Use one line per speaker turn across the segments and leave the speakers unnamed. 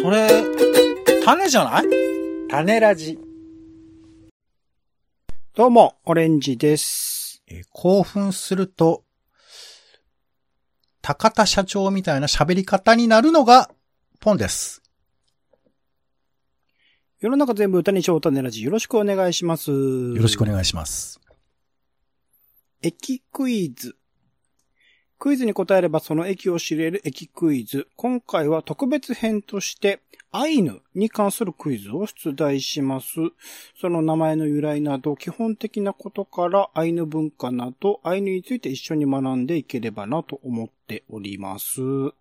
それ、種じゃない？
種ラジ。
どうも、オレンジです。
興奮すると、高田社長みたいな喋り方になるのが、ポンです。
世の中全部歌にしよう種ラジ、よろしくお願いします。よ
ろしくお願いします。
駅クイズ。クイズに答えればその駅を知れる駅クイズ。今回は特別編として、アイヌに関するクイズを出題します。その名前の由来など基本的なことからアイヌ文化などアイヌについて一緒に学んでいければなと思っております。
はい。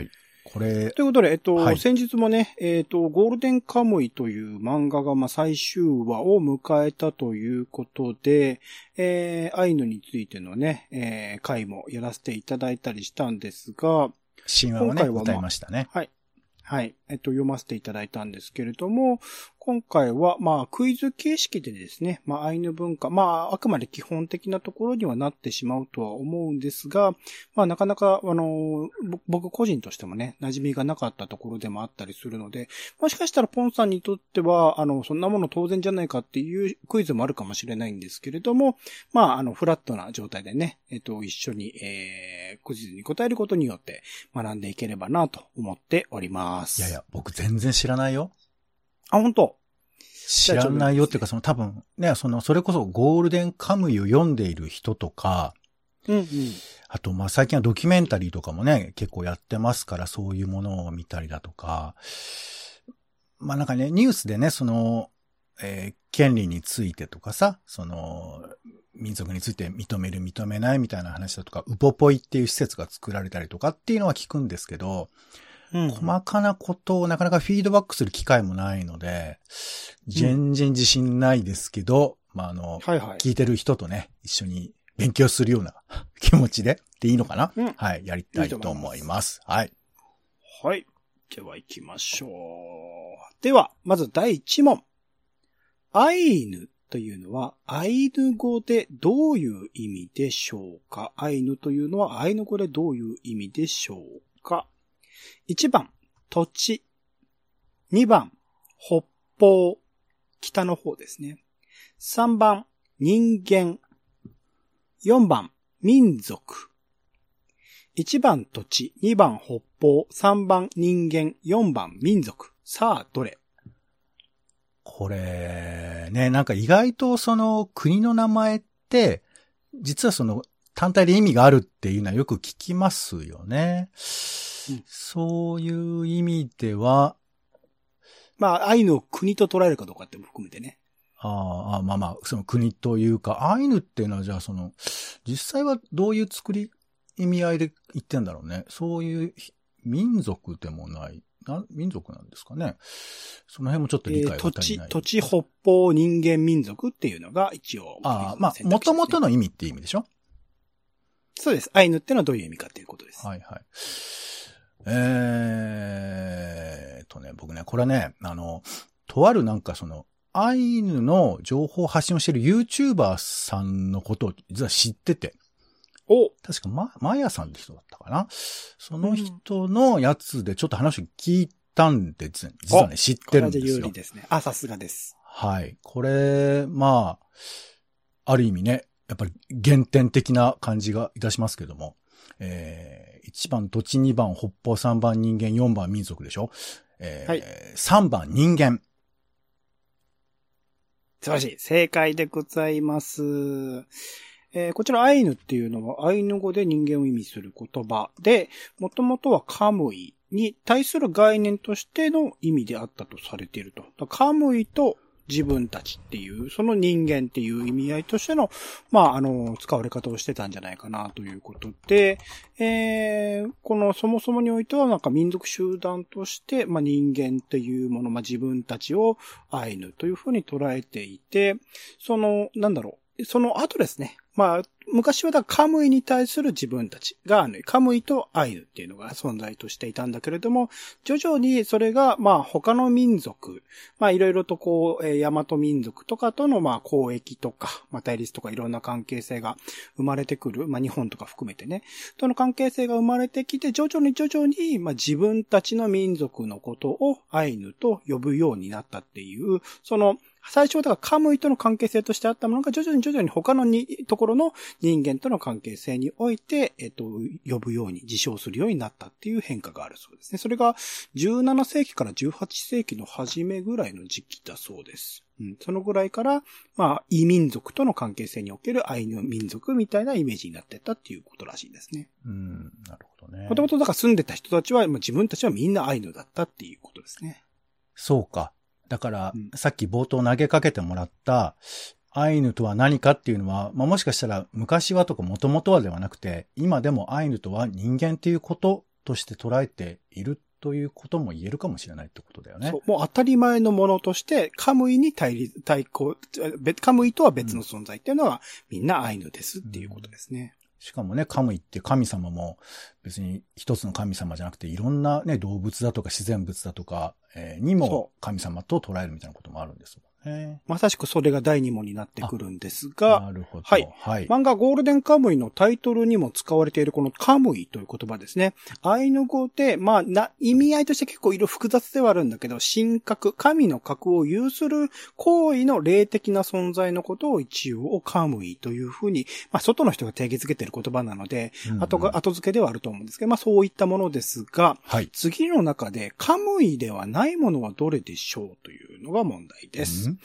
これ。
ということで、
はい、
先日もね、ゴールデンカムイという漫画が最終話を迎えたということで、アイヌについてのね、回もやらせていただいたりしたんですが、
神話をね、歌いましたね。
はい。はい。読ませていただいたんですけれども、今回は、クイズ形式でですね、アイヌ文化、あくまで基本的なところにはなってしまうとは思うんですが、なかなか、僕個人としてもね、馴染みがなかったところでもあったりするので、もしかしたらポンさんにとっては、そんなもの当然じゃないかっていうクイズもあるかもしれないんですけれども、フラットな状態でね、一緒に、クイズに答えることによって学んでいければなと思っております。
いやいや、僕全然知らないよ。
あ、本当？
知らないよっていうか、多分ね、それこそゴールデンカムイを読んでいる人とか、あと、最近はドキュメンタリーとかもね、結構やってますから、そういうものを見たりだとか、なんかね、ニュースでね、権利についてとかさ、民族について認める認めないみたいな話だとか、ウポポイっていう施設が作られたりとかっていうのは聞くんですけど、細かなことをなかなかフィードバックする機会もないので、全然自信ないですけど、聞いてる人とね、一緒に勉強するような気持ちでいいのかな、はい、やりたいと思います。はい。
はい。では行きましょう。では、まず第1問。アイヌというのは、アイヌ語でどういう意味でしょうか？アイヌというのは、アイヌ語でどういう意味でしょうか？1番、土地。2番、北方。北の方ですね。3番、人間。4番、民族。1番、土地。2番、北方。3番、人間。4番、民族。さあ、どれ？
これ、ね、なんか意外と国の名前って、実は単体で意味があるっていうのはよく聞きますよね。そういう意味では、
アイヌを国と捉えるかどうかって含めてね。
国というか、アイヌっていうのはじゃあ実際はどういう意味合いで言ってんだろうね。そういう民族でもない。民族なんですかね。その辺もちょっと理解が足りない。
土地、北方、人間、民族っていうのが一応。
元々の意味って意味でしょ？
そうです。アイヌってのはどういう意味かっていうことです。
はいはい。僕ね、これね、とあるアイヌの情報を発信をしている YouTuber さんのことを実は知ってて。確かマヤさんって人だったかな。その人のやつでちょっと話を聞いたんで、実はね、知ってるんですよ。これで有利
ですね。さすがです。
はい。これ、ある意味ね、やっぱり原点的な感じがいたしますけども。1番土地、2番北方、3番人間、4番民族でしょ。はい、3番人間。
素晴らしい。正解でございます。こちらアイヌっていうのはアイヌ語で人間を意味する言葉で、もともとはカムイに対する概念としての意味であったとされていると。カムイと自分たちっていう、その人間っていう意味合いとしての、使われ方をしてたんじゃないかなということで、このそもそもにおいては民族集団として、人間っていうもの、自分たちをアイヌというふうに捉えていて、その後ですね、 まあ、昔はだからカムイに対する自分たちが、カムイとアイヌっていうのが存在としていたんだけれども、徐々にそれが、まあ他の民族、まあいろいろとこう、大和民族とかとのまあ交易とか、まあ対立とかいろんな関係性が生まれてくる、まあ日本とか含めてね、との関係性が生まれてきて、徐々に、まあ自分たちの民族のことをアイヌと呼ぶようになったっていう、その、最初はだからカムイとの関係性としてあったものが徐々に他のところの人間との関係性において、呼ぶように、自称するようになったっていう変化があるそうですね。それが17世紀から18世紀の初めぐらいの時期だそうです。そのぐらいから、まあ、異民族との関係性におけるアイヌ民族みたいなイメージになってったっていうことらしいですね。
なるほどね。
もともとだから住んでた人たちは、自分たちはみんなアイヌだったっていうことですね。
そうか。だから、さっき冒頭投げかけてもらった、アイヌとは何かっていうのは、まあ、もしかしたら昔はとか元々はではなくて、今でもアイヌとは人間っていうこととして捉えているということも言えるかもしれないってことだよね。
そう、もう当たり前のものとして、カムイに対抗、カムイとは別の存在っていうのは、みんなアイヌですっていうことですね。
しかもね、カムイって神様も別に一つの神様じゃなくていろんなね、動物だとか自然物だとか、にも神様と捉えるみたいなこともあるんですもんね。
まさしくそれが第2問になってくるんですが、
なるほど。
はい。漫画ゴールデンカムイのタイトルにも使われているこのカムイという言葉ですね。アイヌ語で、まあ、意味合いとして結構複雑ではあるんだけど、神格、神の格を有する行為の霊的な存在のことを一応カムイというふうに、まあ、外の人が定義づけている言葉なので、後付けではあると思うんですけど、まあ、そういったものですが、
はい、
次の中でカムイではないものはどれでしょうというのが問題です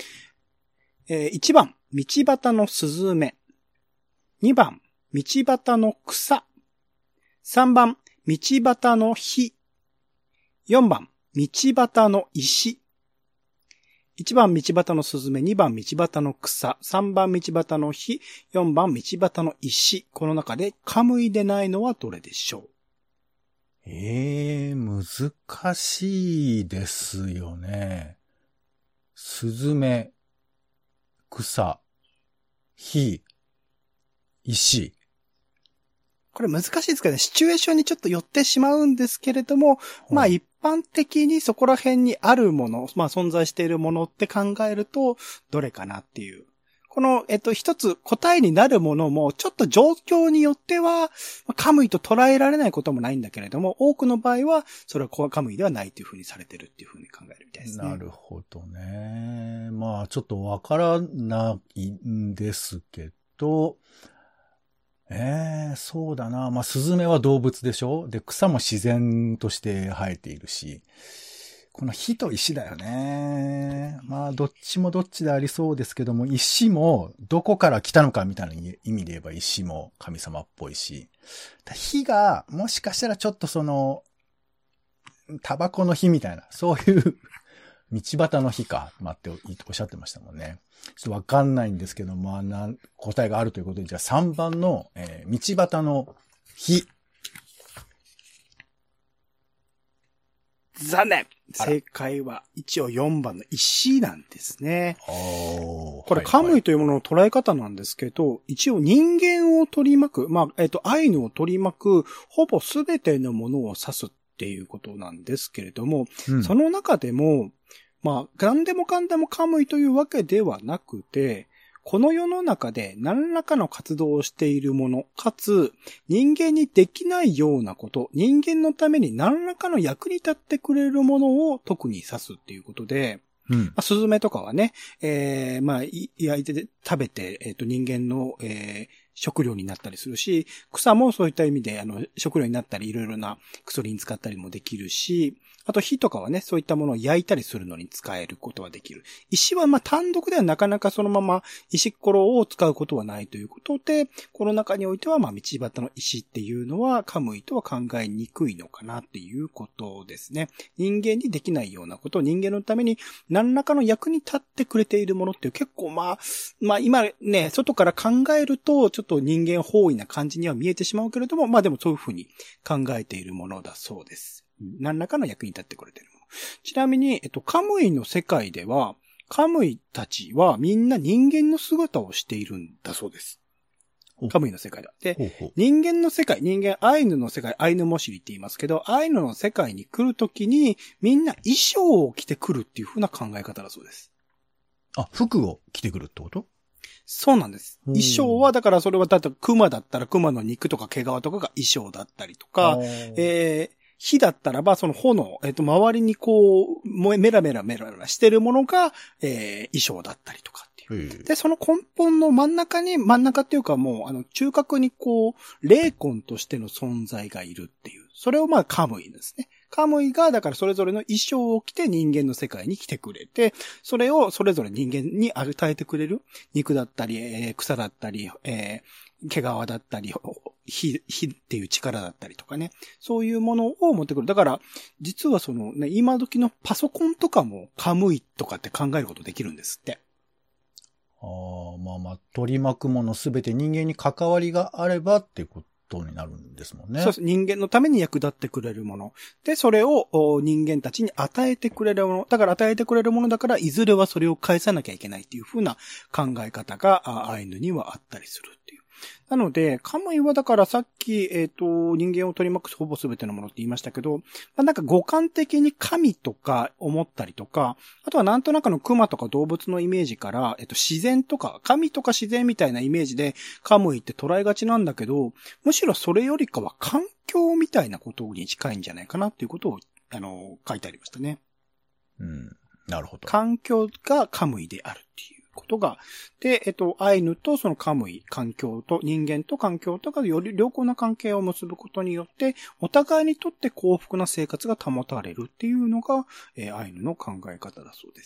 。1番、道端のスズメ。2番、道端の草。3番、道端の火。4番、道端の石。1番、道端のスズメ。2番、道端の草。3番、道端の火。4番、道端の石。この中でカムイでないのはどれでしょう？
難しいですよね。スズメ。草、火、石。
これ難しいですけどね、シチュエーションにちょっと寄ってしまうんですけれども、まあ一般的にそこら辺にあるもの、まあ存在しているものって考えると、どれかなっていう。この、一つ答えになるものも、ちょっと状況によっては、カムイと捉えられないこともないんだけれども、多くの場合は、それはカムイではないというふうにされてるっていうふうに考えるみたいですね。
なるほどね。まあ、ちょっとわからないんですけど、そうだな。まあ、スズメは動物でしょ？で、草も自然として生えているし、この火と石だよね。まあ、どっちもどっちでありそうですけども、石もどこから来たのかみたいな意味で言えば石も神様っぽいし、火がもしかしたらちょっとタバコの火みたいな、そういう道端の火か、まあっておっしゃってましたもんね。ちょっとわかんないんですけど、まあ答えがあるということで、じゃあ3番の、道端の火。
残念！正解は一応4番の石なんですね。これカムイというものの捉え方なんですけど、一応人間を取り巻く、まあ、アイヌを取り巻く、ほぼすべてのものを指すっていうことなんですけれども、その中でも、まあ、何でもかんでもカムイというわけではなくて、この世の中で何らかの活動をしているもの、かつ人間にできないようなこと、人間のために何らかの役に立ってくれるものを特に指すっていうことで、スズメとかはね、まあ、焼いて食べて、人間の、食料になったりするし、草もそういった意味で、食料になったり、いろいろな薬に使ったりもできるし、あと火とかはね、そういったものを焼いたりするのに使えることはできる。石はまあ単独ではなかなかそのまま石ころを使うことはないということで、この中においてはまあ道端の石っていうのはカムイとは考えにくいのかなっていうことですね。人間にできないようなこと、人間のために何らかの役に立ってくれているものっていう結構まあ今ね、外から考えるとちょっと人間包囲な感じには見えてしまうけれども、まあでもそういうふうに考えているものだそうです。何らかの役に立ってくれているもの。ちなみに、カムイの世界では、カムイたちはみんな人間の姿をしているんだそうです。 カムイの世界では。で、人間の世界、アイヌの世界、アイヌモシリって言いますけど、アイヌの世界に来るときに、みんな衣装を着てくるっていう風な考え方だそうです。
あ、服を着てくるってこと？
そうなんです。衣装は、だからそれは、だって熊だったら熊の肉とか毛皮とかが衣装だったりとか、火だったらば、その炎、周りにこう、メラメラしてるものが、衣装だったりとかっていう。で、その根本の真ん中っていうかもう、中核にこう、霊魂としての存在がいるっていう。それをまあ、カムイですね。カムイが、だからそれぞれの衣装を着て人間の世界に来てくれて、それをそれぞれ人間に与えてくれる。肉だったり、草だったり、毛皮だったり、火っていう力だったりとかね。そういうものを持ってくる。だから、実はそのね、今時のパソコンとかもカムイとかって考えることできるんですって。
まあ、取り巻くものすべて人間に関わりがあればっていうことになるんですもんね。
そうです。人間のために役立ってくれるもの。で、それを人間たちに与えてくれるもの。だから与えてくれるものだから、いずれはそれを返さなきゃいけないっていう風な考え方がアイヌにはあったりするっていう。なので、カムイはだからさっき、人間を取り巻くほぼ全てのものって言いましたけど、なんか五感的に神とか思ったりとか、あとはなんとなくの熊とか動物のイメージから、自然とか、神とか自然みたいなイメージでカムイって捉えがちなんだけど、むしろそれよりかは環境みたいなことに近いんじゃないかなっていうことを、書いてありましたね。
なるほど。
環境がカムイであるっていう。ことが、で、アイヌとそのカムイ、環境と人間と環境とかより良好な関係を結ぶことによって、お互いにとって幸福な生活が保たれるっていうのが、アイヌの考え方だそうです。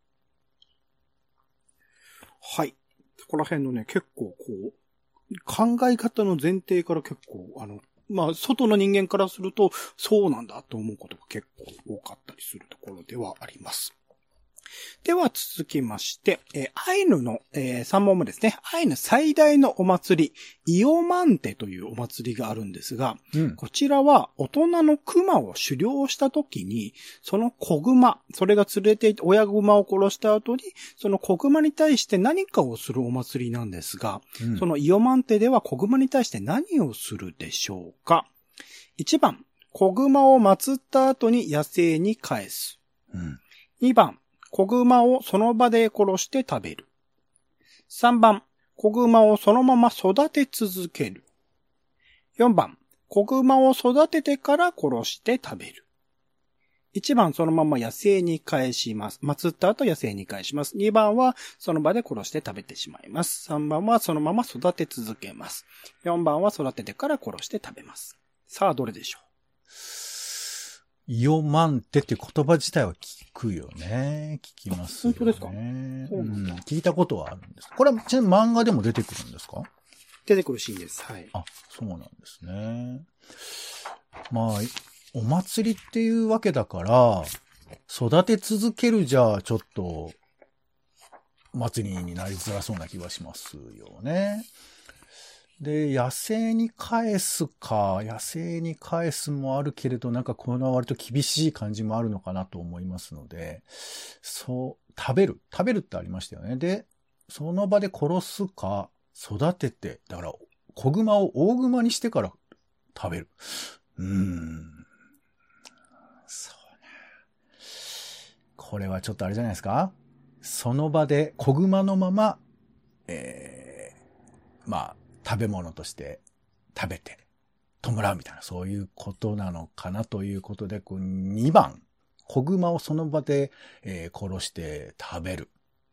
はい。そこら辺のね、結構こう、考え方の前提から結構、まあ、外の人間からすると、そうなんだと思うことが結構多かったりするところではあります。では続きまして、アイヌの、3問目ですね。アイヌ最大のお祭り、イオマンテというお祭りがあるんですが、こちらは大人のクマを狩猟した時に、その子グマ、それが連れていて親グマを殺した後に、その子グマに対して何かをするお祭りなんですが、そのイオマンテでは子グマに対して何をするでしょうか。1番、子グマを祀った後に野生に返す。2番、子グマをその場で殺して食べる。3番、子グマをそのまま育て続ける。4番、子グマを育ててから殺して食べる。1番、そのまま野生に返します。祀った後野生に返します。2番はその場で殺して食べてしまいます。3番はそのまま育て続けます。4番は育ててから殺して食べます。さあ、どれでしょう？
イオマンテっていう言葉自体は聞くよね。聞きますよね。
本当ですか？
聞いたことはあるんです。これはちなみに漫画でも出てくるんですか？
出てくるシーンです。はい。
あ、そうなんですね。まあ、お祭りっていうわけだから、育て続けるじゃあちょっと、祭りになりづらそうな気はしますよね。で、野生に返すか、野生に返すもあるけれど、なんかこの割と厳しい感じもあるのかなと思いますので、そう、食べるってありましたよね。で、その場で殺すか、育てて、だから、子グマを大グマにしてから食べる。そうね。これはちょっとあれじゃないですか？その場で子グマのまま、まあ、食べ物として食べて弔うみたいな、そういうことなのかなということで、2番、子グマをその場で、殺して食べる。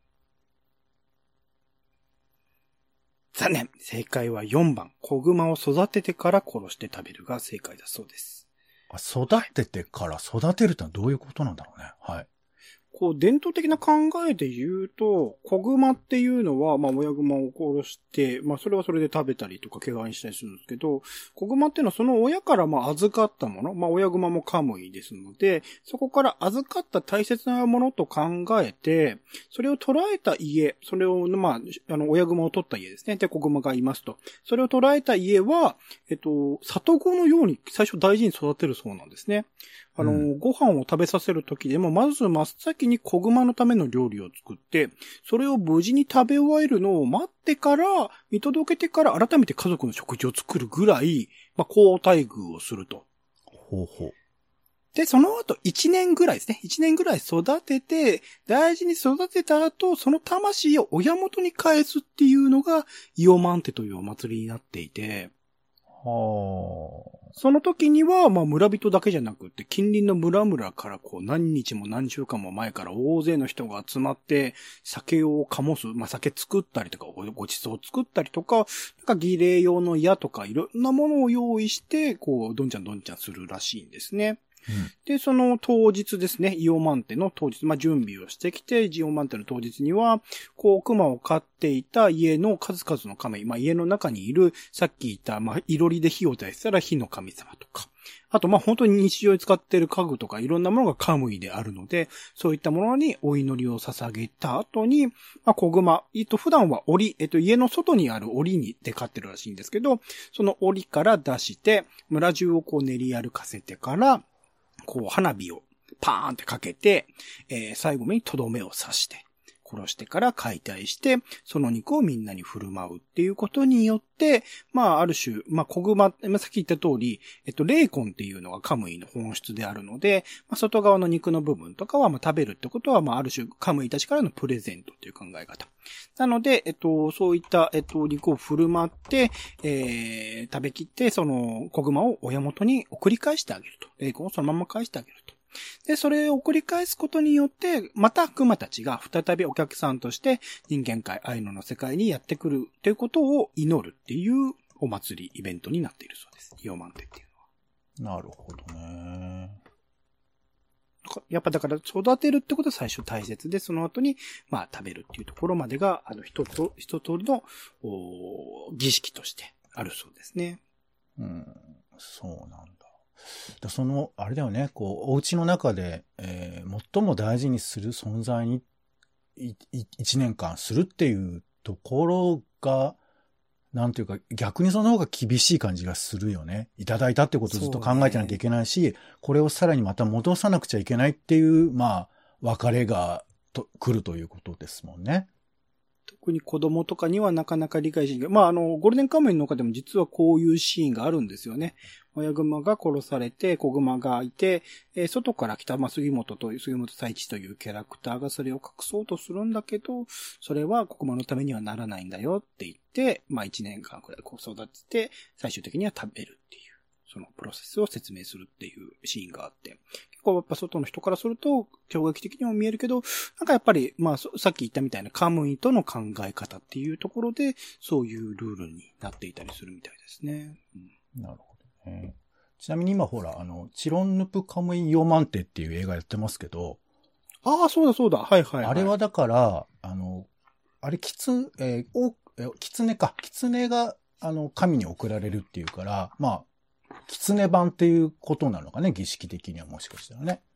残念。正解は4番。子グマを育ててから殺して食べるが正解だそうです。
育ててから育てるってのはどういうことなんだろうね。はい。
こう、伝統的な考えで言うと、子グマっていうのは、まあ、親グマを殺して、まあ、それはそれで食べたりとか、怪我にしたりするんですけど、子グマっていうのはその親からまあ、預かったもの、まあ、親グマもカムイですので、そこから預かった大切なものと考えて、それを捉えた家、それを、まあ、親グマを取った家ですね。で、子グマがいますと。それを捉えた家は、里子のように最初大事に育てるそうなんですね。ご飯を食べさせるときでも、まず真っ先に子熊のための料理を作って、それを無事に食べ終えるのを待ってから、見届けてから改めて家族の食事を作るぐらい、好待遇をすると。
ほうほう。
で、その後1年ぐらいですね。1年ぐらい育てて、大事に育てた後、その魂を親元に返すっていうのが、イオマンテというお祭りになっていて、その時には、村人だけじゃなくって、近隣の村々から何日も何週間も前から大勢の人が集まって、酒を醸す、酒作ったりとか、ごちそう作ったりとか、儀礼用の矢とか、いろんなものを用意して、どんちゃんするらしいんですね。で、その当日ですね、イオマンテの当日、準備をしてきて、イオマンテの当日には、熊を飼っていた家の数々の神、家の中にいる、さっき言った、いろりで火を焚いてたら火の神様とか、あと、本当に日常に使っている家具とかいろんなものがカムイであるので、そういったものにお祈りを捧げた後に、子熊、普段は檻、家の外にある檻にで飼ってるらしいんですけど、その檻から出して、村中を練り歩かせてから、花火をパーンってかけて、最後にとどめを刺して、殺してから解体して、その肉をみんなに振る舞うっていうことによって、ある種、子熊、さっき言った通り、霊魂っていうのがカムイの本質であるので、外側の肉の部分とかは、食べるってことは、ある種、カムイたちからのプレゼントという考え方。なので、そういった、肉を振る舞って、食べきって、その、子熊を親元に送り返してあげると。霊魂をそのまま返してあげると。で、それを送り返すことによって、また熊たちが再びお客さんとして人間界、アイヌの世界にやってくるということを祈るっていうお祭り、イベントになっているそうです。イオマンテっていう
のは。なるほどね。
やっぱだから育てるってことは最初大切で、その後に、食べるっていうところまでが、一通りの、儀式としてあるそうですね。
そうなんだ。その、あれだよね、お家の中で、最も大事にする存在に、1年間するっていうところが、なんていうか、逆にその方が厳しい感じがするよね。いただいたってことをずっと考えてなきゃいけないし、これをさらにまた戻さなくちゃいけないっていう、別れが来るということですもんね。
特に子供とかにはなかなか理解しにくい。ゴールデンカムイの中でも実はこういうシーンがあるんですよね。親熊が殺されて、子熊がいて、外から来た、杉本佐一というキャラクターがそれを隠そうとするんだけど、それは子熊のためにはならないんだよって言って、1年間くらい育てて、最終的には食べるっていう、そのプロセスを説明するっていうシーンがあって、結構やっぱ外の人からすると、衝撃的にも見えるけど、やっぱり、さっき言ったみたいなカムイとの考え方っていうところで、そういうルールになっていたりするみたいですね。
なるほどね。ちなみに今ほら、チロンヌプカムイヨマンテっていう映画やってますけど。
ああ、そうだ。はい。
あれはだから、あれ、キツネか。キツネが、神に送られるっていうから、キツネ版っていうことなのかね、儀式的にはもしかしたらね。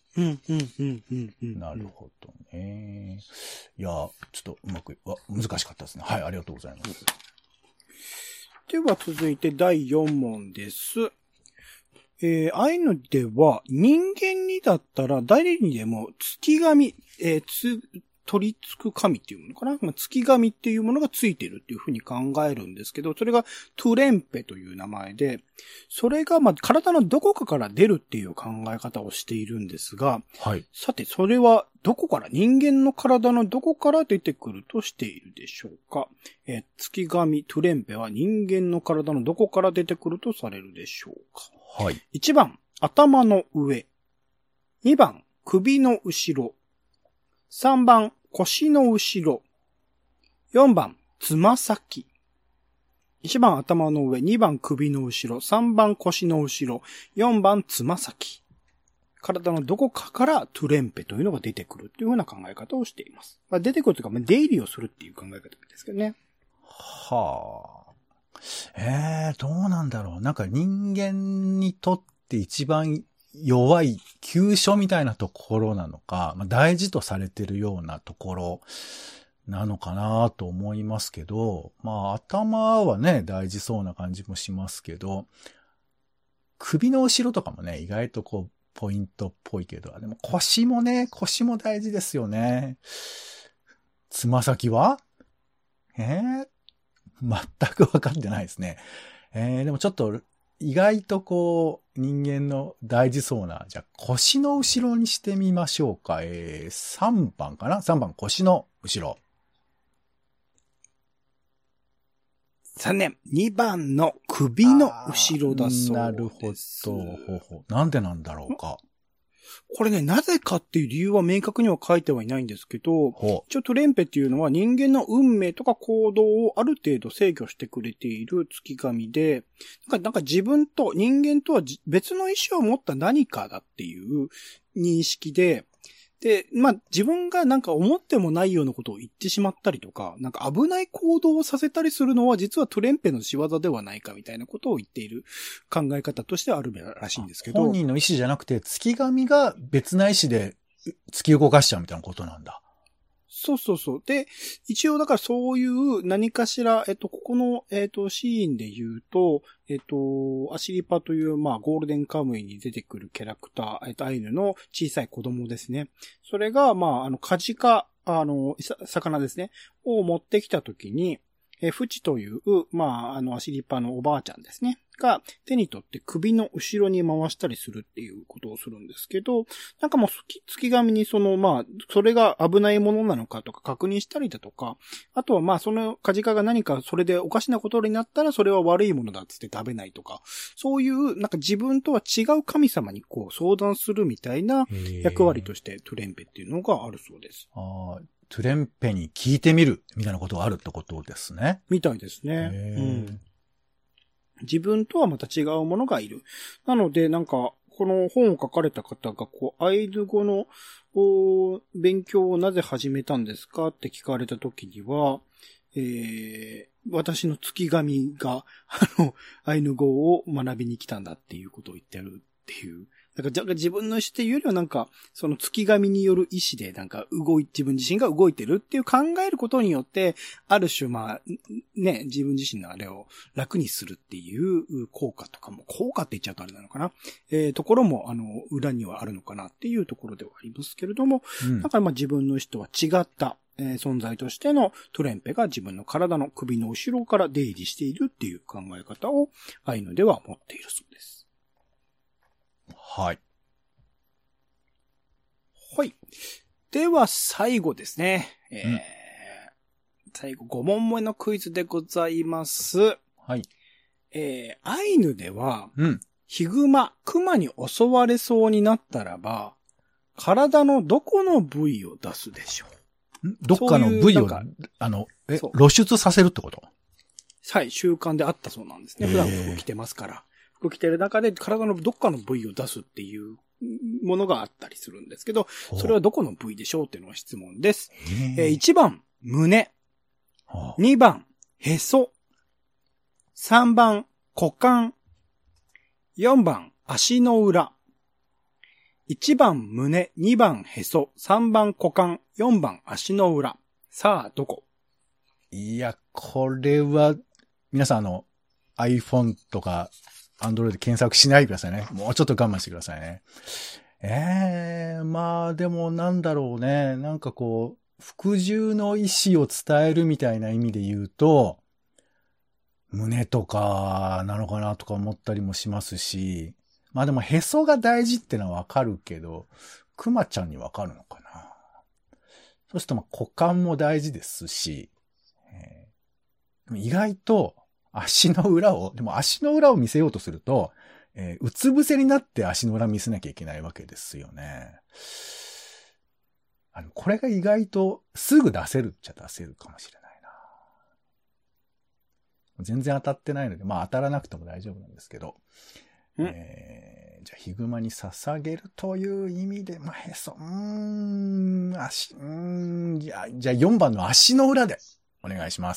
なるほどね。いや、ちょっと難しかったですね。はい、ありがとうございます。
では続いて第4問です。アイヌでは人間にだったら誰にでも月神、取り付く神っていうものかな、月神っていうものがついてるっていうふうに考えるんですけど、それがトゥレンペという名前で、それが体のどこかから出るっていう考え方をしているんですが、
はい。
さてそれは人間の体のどこから出てくるとしているでしょうか。月神トゥレンペは人間の体のどこから出てくるとされるでしょうか。
はい。
1番、頭の上。2番、首の後ろ。3番、腰の後ろ。4番、つま先。1番、頭の上。2番、首の後ろ。3番、腰の後ろ。4番、つま先。体のどこかからトゥレンペというのが出てくるというような考え方をしています。出てくるというか、出入りをするっていう考え方ですけどね。
はあ。どうなんだろう。なんか人間にとって一番弱い急所みたいなところなのか、大事とされてるようなところなのかなと思いますけど、頭はね、大事そうな感じもしますけど、首の後ろとかもね、意外とポイントっぽいけど。でも腰も大事ですよね。つま先は全くわかってないですね。でもちょっと、意外とこう、人間の大事そうな、じゃあ腰の後ろにしてみましょうか。3番かな ?3 番腰の後ろ。
3年。2番の首の後ろだそうです。
なるほど。なんでなんだろうか。
これね、なぜかっていう理由は明確には書いてはいないんですけど、一応トゥレンペっていうのは人間の運命とか行動をある程度制御してくれている月神で、なんか自分と人間とは別の意志を持った何かだっていう認識で、で、自分がなんか思ってもないようなことを言ってしまったりとか、なんか危ない行動をさせたりするのは実はトゥレンペの仕業ではないかみたいなことを言っている考え方としてはあるらしいんですけど。
本人の意思じゃなくて月神が別な意思で突き動かしちゃうみたいなことなんだ。
そう。で、一応だからそういう何かしら、ここの、シーンで言うと、アシリパという、ゴールデンカムイに出てくるキャラクター、アイヌの小さい子供ですね。それが、カジカ、魚ですね。を持ってきたときに、フチという、アシリパのおばあちゃんですね。が手に取って首の後ろに回したりするっていうことをするんですけど、なんかもう月神にそれが危ないものなのかとか確認したりだとか、あとはそのカジカが何かそれでおかしなことになったらそれは悪いものだっつって食べないとか、そういうなんか自分とは違う神様にこう相談するみたいな役割としてトゥレンペっていうのがあるそうです。
トゥレンペに聞いてみるみたいなことがあるってことですね。
みたいですね。自分とはまた違うものがいる。なので、なんか、この本を書かれた方が、アイヌ語の勉強をなぜ始めたんですかって聞かれたときには、私の月神が、アイヌ語を学びに来たんだっていうことを言ってるっていう。なんか自分の意思っていうよりはなんか、その月神による意志でなんか自分自身が動いてるっていう考えることによって、ある種自分自身のあれを楽にするっていう効果とかも、効果って言っちゃうとあれなのかなところも裏にはあるのかなっていうところではありますけれども、だから自分の意思とは違った、存在としてのトゥレンペが自分の体の首の後ろから出入りしているっていう考え方をアイヌでは持っているそうです。
はい。
はい。では、最後ですね。最後、5問目のクイズでございます。
はい。
アイヌでは、ヒグマ、クマに襲われそうになったらば、体のどこの部位を出すでしょう？
どっかの部位を、露出させるってこと？
はい、習慣であったそうなんですね。普段服着てますから。服着てる中で体のどっかの部位を出すっていうものがあったりするんですけど、それはどこの部位でしょうっていうのが質問です。1番、胸。2番、へそ。3番、股間。4番、足の裏。1番、胸。2番、へそ。3番、股間。4番、足の裏。さあ、どこ？
いや、これは、皆さんiPhone とか、Android で検索しないでくださいね。もうちょっと我慢してくださいね。でもなんだろうね。なんか服従の意思を伝えるみたいな意味で言うと、胸とかなのかなとか思ったりもしますし、でもへそが大事ってのはわかるけど、クマちゃんにわかるのかな。そうすると股間も大事ですし、意外と、足の裏を見せようとすると、うつ伏せになって足の裏見せなきゃいけないわけですよね。これが意外とすぐ出せるっちゃ出せるかもしれないな。全然当たってないので、当たらなくても大丈夫なんですけど。じゃあ、ヒグマに捧げるという意味で、へそ、足、じゃあ4番の足の裏でお願いします。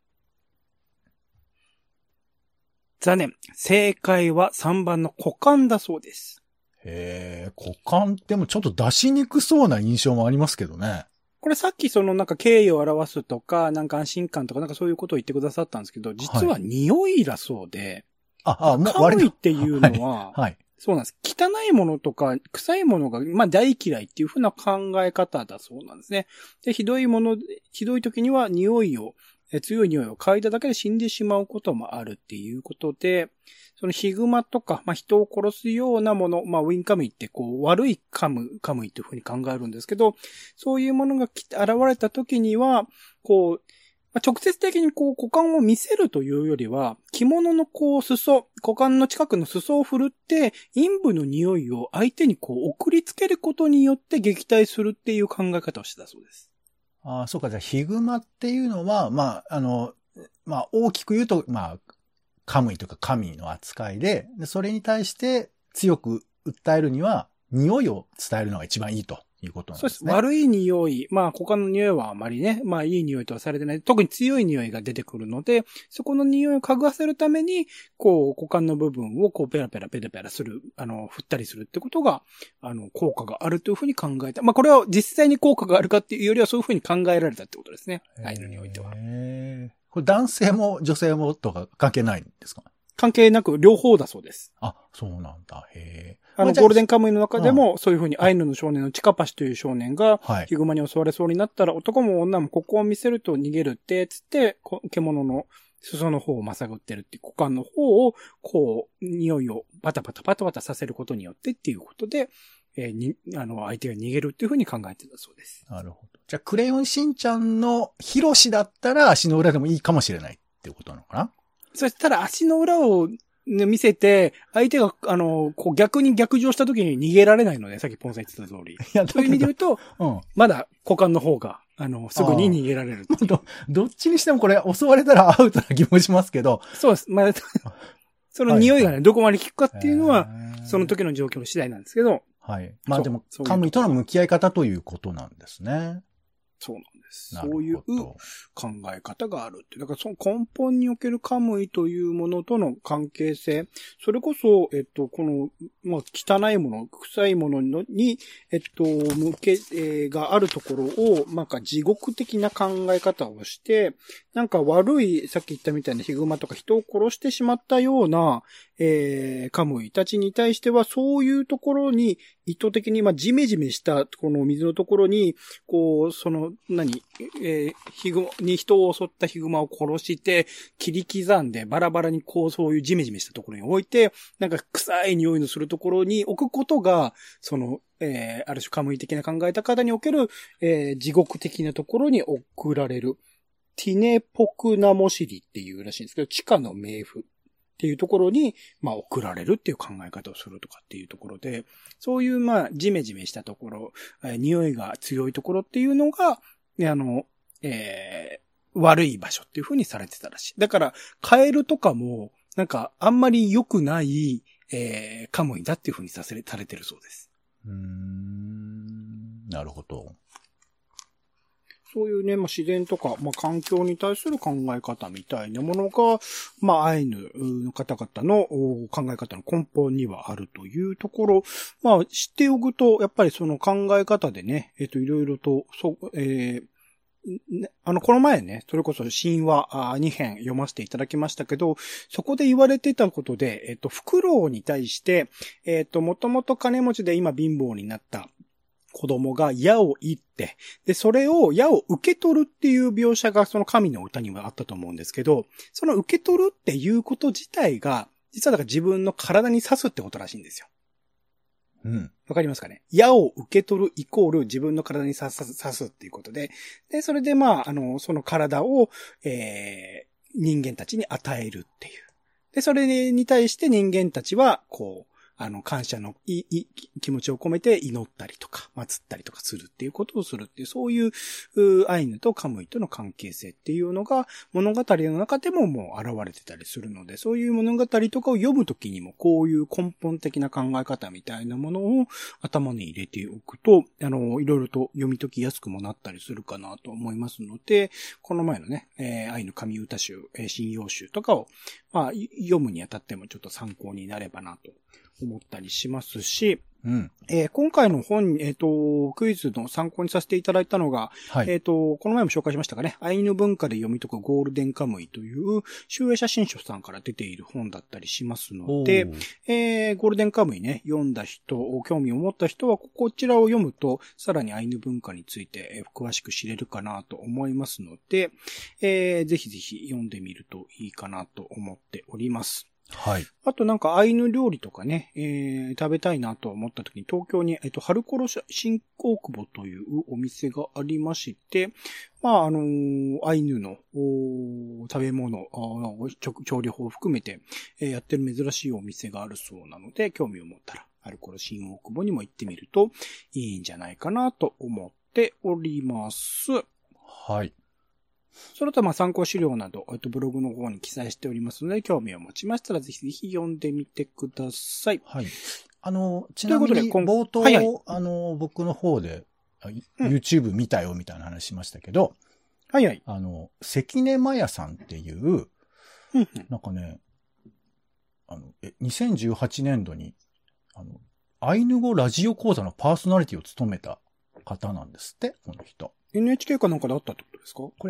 残念。正解は3番の股間だそうです。
股間ってもちょっと出しにくそうな印象もありますけどね。
これさっきなんか敬意を表すとか、なんか安心感とかなんかそういうことを言ってくださったんですけど、実は匂いだそうで、カムイっていうのは、 そうなんです。汚いものとか臭いものが、まあ大嫌いっていう風な考え方だそうなんですね。で、ひどい時には強い匂いを嗅いだだけで死んでしまうこともあるっていうことで、そのヒグマとか、まあ人を殺すようなもの、まあウィンカムイってこう悪いカムイっていう風に考えるんですけど、そういうものが現れた時には、こう、直接的にこう股間を見せるというよりは、着物のこう股間の近くの裾を振るって、陰部の匂いを相手にこう送りつけることによって撃退するっていう考え方をしてたそうです。
ああ、そうか。じゃあ、ヒグマっていうのは、まあ、まあ、大きく言うと、まあ、カムイとか神の扱いで、それに対して強く訴えるには、匂いを伝えるのが一番いいということなんですね。
そうです。悪い匂い、まあ他の匂いはあまりね、まあいい匂いとはされてない。特に強い匂いが出てくるので、そこの匂いを嗅がせるために、こう股間の部分をこうペラペラする、振ったりするってことが、効果があるというふうに考えた。まあこれは実際に効果があるかっていうよりはそういうふうに考えられたってことですね。アイヌにおいては。
これ男性も女性もとか関係ないんですか？
関係なく両方だそうです。
あ、そうなんだ。へ
ゴールデンカムイの中でも、そういうふうにアイヌの少年のチカパシという少年が、ヒグマに襲われそうになったら、男も女もここを見せると逃げるって、つって、獣の裾の方をまさぐってるっていう股間の方を、こう、匂いをバタバタさせることによってっていうことで、相手が逃げるっていうふうに考えてたそうです。
なるほど。じゃあ、クレヨンしんちゃんのヒロシだったら足の裏でもいいかもしれないっていうことなのかな？
そしたら足の裏を見せて、相手が、こう逆に逆上した時に逃げられないので、さっきポンさん言ってた通り。そういう意味で言うと、まだ股間の方が、すぐに逃げられる
どっちにしてもこれ襲われたらアウトな気もしますけど。
そうです。まあ、その匂いがね、どこまで効くかっていうのは、その時の状況の次第なんですけど。
はい。まあでも、カムイとの向き合い方ということなんですね。
そうなんです。そういう考え方があるって。だからその根本におけるカムイというものとの関係性。それこそ、この、まあ、汚いもの、臭いものに、があるところを、なんか地獄的な考え方をして、なんか悪い、さっき言ったみたいなヒグマとか人を殺してしまったような、カムイたちに対しては、そういうところに意図的に、まあ、ジメジメした、この水のところに、こう、人を襲ったヒグマを殺して、切り刻んで、バラバラにこう、そういうジメジメしたところに置いて、なんか臭い匂いのするところに置くことが、その、ある種カムイ的な考えた方における、地獄的なところに送られる。ティネポクナモシリっていうらしいんですけど、地下の冥府っていうところに、まあ、送られるっていう考え方をするとかっていうところで、そういう、まあ、ジメジメしたところ、匂いが強いところっていうのが、悪い場所っていう風にされてたらしい。だから、カエルとかも、なんか、あんまり良くない、カムイだっていう風にされてるそうです。
なるほど。
そういうね、まあ、自然とか、まあ、環境に対する考え方みたいなものが、まあ、アイヌの方々の考え方の根本にはあるというところ、まあ、知っておくと、やっぱりその考え方でね、いろいろと、この前ね、それこそ神話2編読ませていただきましたけど、そこで言われてたことで、フクロウに対して、もともと金持ちで今貧乏になった子供が矢を射って、で、それを矢を受け取るっていう描写がその神の歌にはあったと思うんですけど、その受け取るっていうこと自体が、実はだから自分の体に刺すってことらしいんですよ。
うん。
わかりますかね？矢を受け取るイコール自分の体に刺すっていうことで、で、それでまあ、その体を、人間たちに与えるっていう。で、それに対して人間たちは、こう、感謝の気持ちを込めて祈ったりとか、祀ったりとかするっていうことをするっていう、そういう、アイヌとカムイとの関係性っていうのが、物語の中でももう現れてたりするので、そういう物語とかを読むときにも、こういう根本的な考え方みたいなものを頭に入れておくと、いろいろと読み解きやすくもなったりするかなと思いますので、この前のね、アイヌ神歌集、神謡集とかを、まあ、読むにあたってもちょっと参考になればなと思ったりしますし、
うん。
今回の本、クイズの参考にさせていただいたのが、
はい。
この前も紹介しましたかね、アイヌ文化で読み解くゴールデンカムイという、集英写真書さんから出ている本だったりしますので、ゴールデンカムイね、読んだ人、興味を持った人は、こちらを読むと、さらにアイヌ文化について、詳しく知れるかなと思いますので、ぜひぜひ読んでみるといいかなと思っております。
はい。
あとなんかアイヌ料理とかね、食べたいなと思った時に東京に、春頃新大久保というお店がありまして、まあ、アイヌの食べ物、調理法を含めて、やってる珍しいお店があるそうなので、興味を持ったら、春頃新大久保にも行ってみるといいんじゃないかなと思っております。
はい。
それと参考資料など、ブログの方に記載しておりますので、興味を持ちましたらぜひぜひ読んでみてください。
はい。ちなみに冒頭、
はいはい、
僕の方で、YouTube 見たよみたいな話しましたけど、
はいはい。
関根麻也さんっていう、なんかね、2018年度に、アイヌ語ラジオ講座のパーソナリティを務めた方なんですって、この人。
NHK かなんかであったってことですか？
これ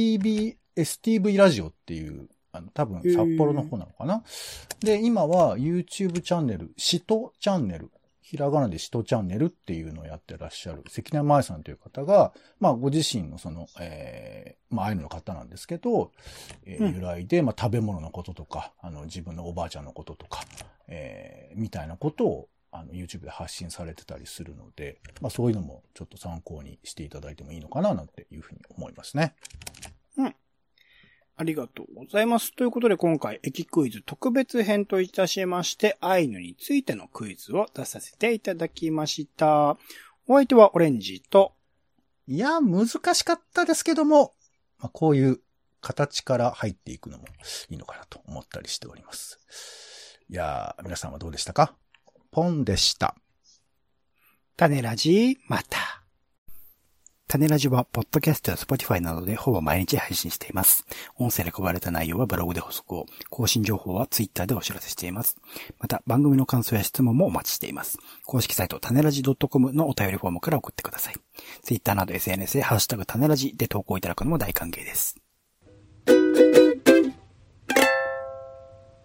STV ラジオっていう、多分札幌の方なのかな。で、今は YouTube チャンネル、シトチャンネル、ひらがなでシトチャンネルっていうのをやってらっしゃる関根麻也さんという方が、まあご自身のまあアイヌの方なんですけど、由来で、まあ食べ物のこととか、自分のおばあちゃんのこととか、みたいなことを、YouTube で発信されてたりするので、まあそういうのもちょっと参考にしていただいてもいいのかななんていうふうに思いますね。
うん。ありがとうございます。ということで今回、駅クイズ特別編といたしまして、アイヌについてのクイズを出させていただきました。お相手はオレンジと、
いや、難しかったですけども、まあ、こういう形から入っていくのもいいのかなと思ったりしております。いや、皆さんはどうでしたか？ポンでした。
種ラジまた。種ラジは、ポッドキャストや Spotify などでほぼ毎日配信しています。音声で配られた内容はブログで補足を、更新情報は Twitter でお知らせしています。また、番組の感想や質問もお待ちしています。公式サイト、種ラジ .com のお便りフォームから送ってください。Twitter など SNS でハッシュタグ種ラジで投稿いただくのも大歓迎です。